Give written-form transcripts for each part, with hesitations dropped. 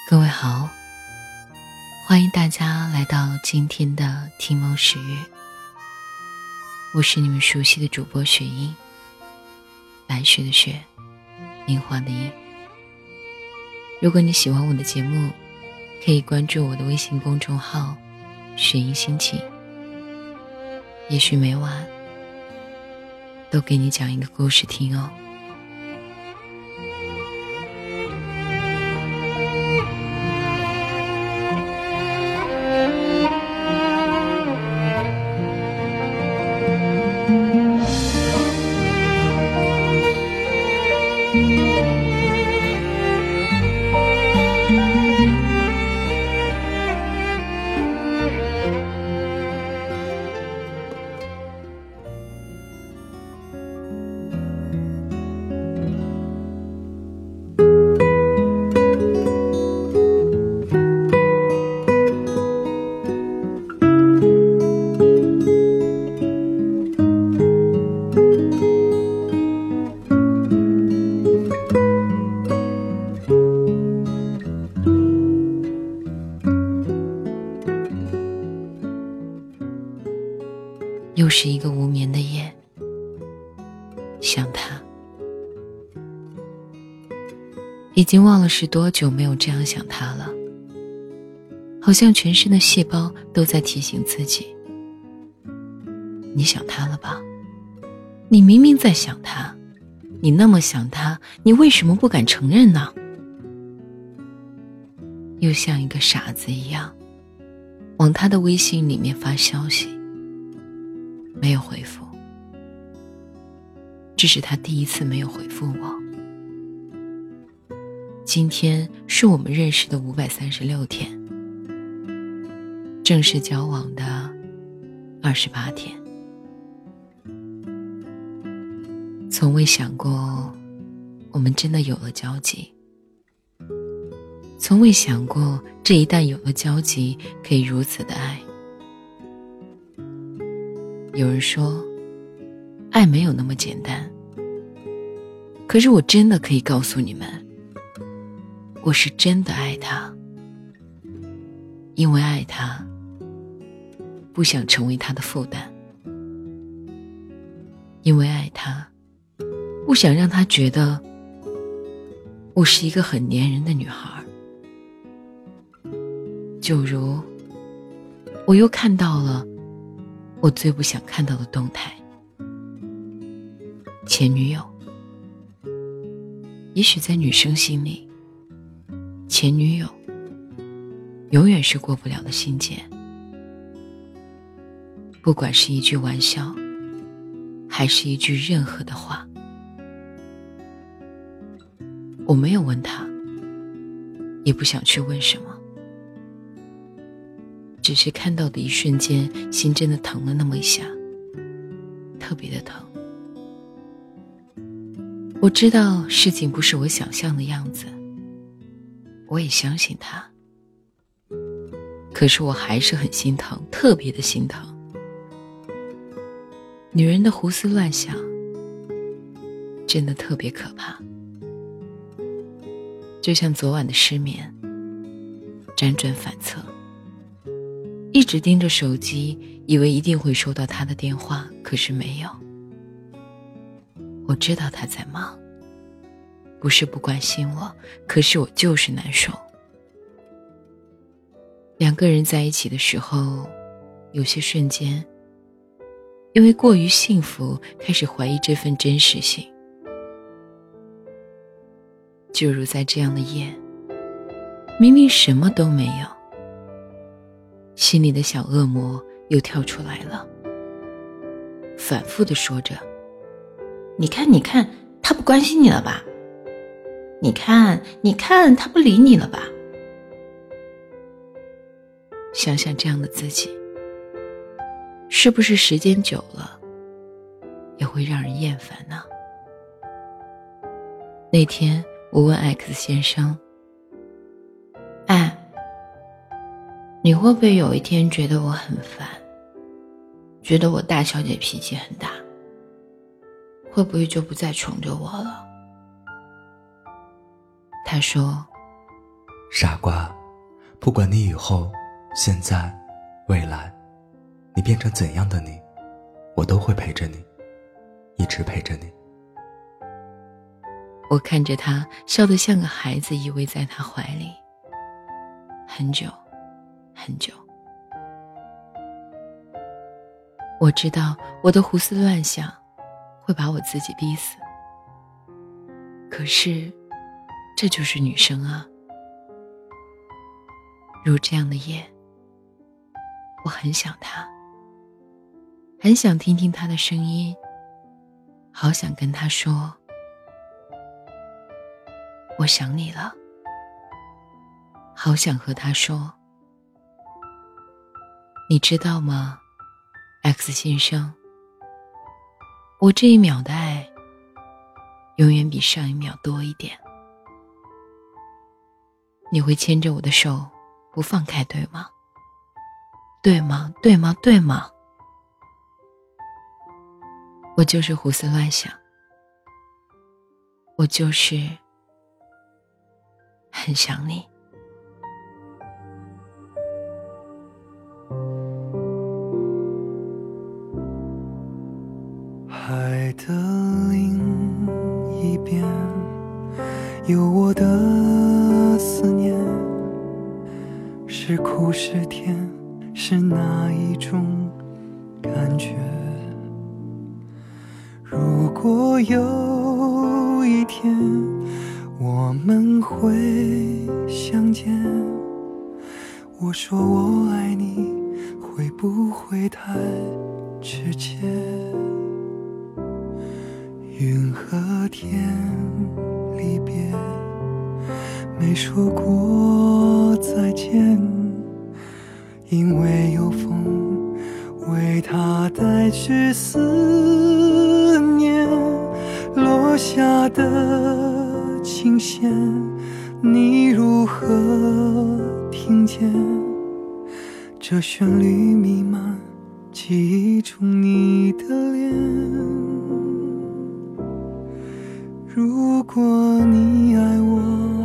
各位好，欢迎大家来到今天的听梦时月，我是你们熟悉的主播雪英，白雪的雪，樱花的樱。如果你喜欢我的节目，可以关注我的微信公众号雪英心情，也许每晚都给你讲一个故事听哦。又是一个无眠的夜，想他，已经忘了是多久没有这样想他了，好像全身的细胞都在提醒自己，你想他了吧？你明明在想他，你那么想他，你为什么不敢承认呢？又像一个傻子一样，往他的微信里面发消息，没有回复，这是他第一次没有回复我。今天是我们认识的536天，正式交往的28天。从未想过我们真的有了交集，从未想过这一旦有了交集可以如此的爱。有人说爱没有那么简单，可是我真的可以告诉你们，我是真的爱他，因为爱他，不想成为他的负担，因为爱他，不想让他觉得我是一个很粘人的女孩。就如我又看到了我最不想看到的动态，前女友。也许在女生心里，前女友永远是过不了的心结，不管是一句玩笑还是一句任何的话。我没有问他，也不想去问什么，只是看到的一瞬间，心真的疼了那么一下，特别的疼。我知道事情不是我想象的样子，我也相信他，可是我还是很心疼，特别的心疼。女人的胡思乱想真的特别可怕，就像昨晚的失眠，辗转反侧，一直盯着手机，以为一定会收到他的电话，可是没有。我知道他在忙，不是不关心我，可是我就是难受。两个人在一起的时候，有些瞬间，因为过于幸福，开始怀疑这份真实性。就如在这样的夜，明明什么都没有，心里的小恶魔又跳出来了，反复地说着，你看你看，他不关心你了吧？你看你看，他不理你了吧？想想这样的自己，是不是时间久了也会让人厌烦呢？那天我问 X 先生，你会不会有一天觉得我很烦，觉得我大小姐脾气很大，会不会就不再宠着我了？他说， 傻瓜，不管你以后、现在、未来，你变成怎样的你，我都会陪着你，一直陪着你。 我看着他笑得像个孩子，依偎在他怀里，很久很久。我知道我的胡思乱想会把我自己逼死，可是这就是女生啊。如这样的夜，我很想他，很想听听他的声音，好想跟他说我想你了，好想和他说，你知道吗 X 先生，我这一秒的爱永远比上一秒多一点。你会牵着我的手不放开，对吗？对吗？对吗？对吗？我就是胡思乱想，我就是很想你。 海的另一边有我的思念，是苦是甜，是哪一种感觉？如果有一天我们会相见，我说我爱你，会不会太直接？云和天离别，没说过再见，因为有风为它带去思念，落下的琴弦，你如何听见？这旋律弥漫记忆中你的脸。如果你爱我，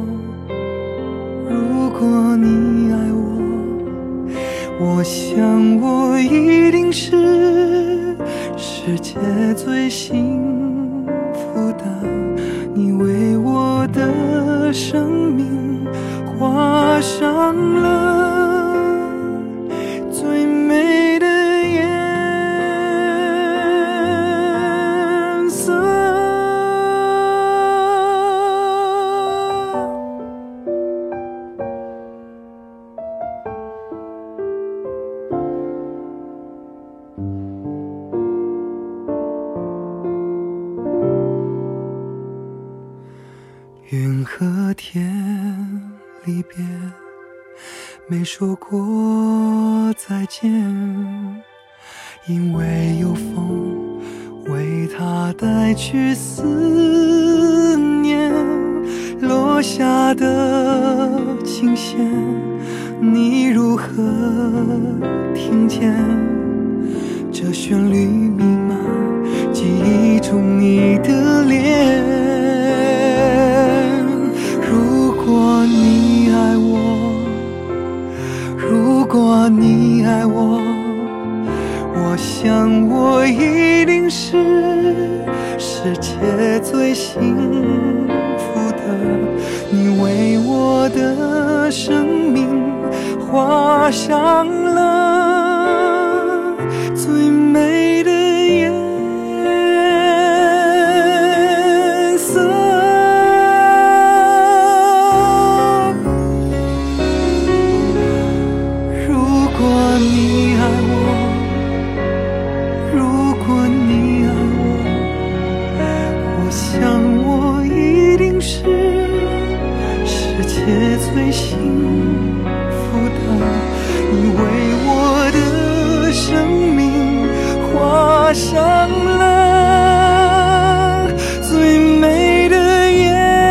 如果你爱我，我想我一定是世界最幸福的。你为我的生命画上了最美的颜色。云和天离别，没说过再见，因为有风为它带去思念，落下的琴弦，你如何听见？这旋律弥漫记忆中你的脸。如果你爱我，如果你爱我，我想我一定是世界最幸福的。你为我的生命画上了最美的颜色。如果你爱我，如果你爱我，我想我一定是世界最幸福的。你为我的生命画上了最美的颜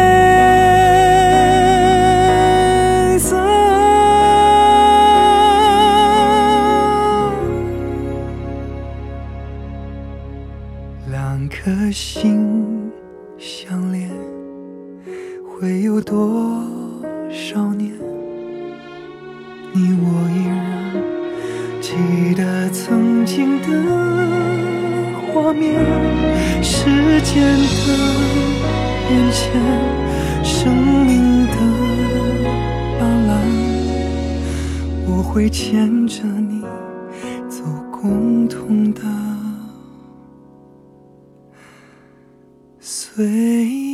色。两颗心相连，会有多少年？ 记得曾经的画面，时间的变迁，生命的斑斓，我会牵着你走共同的岁月。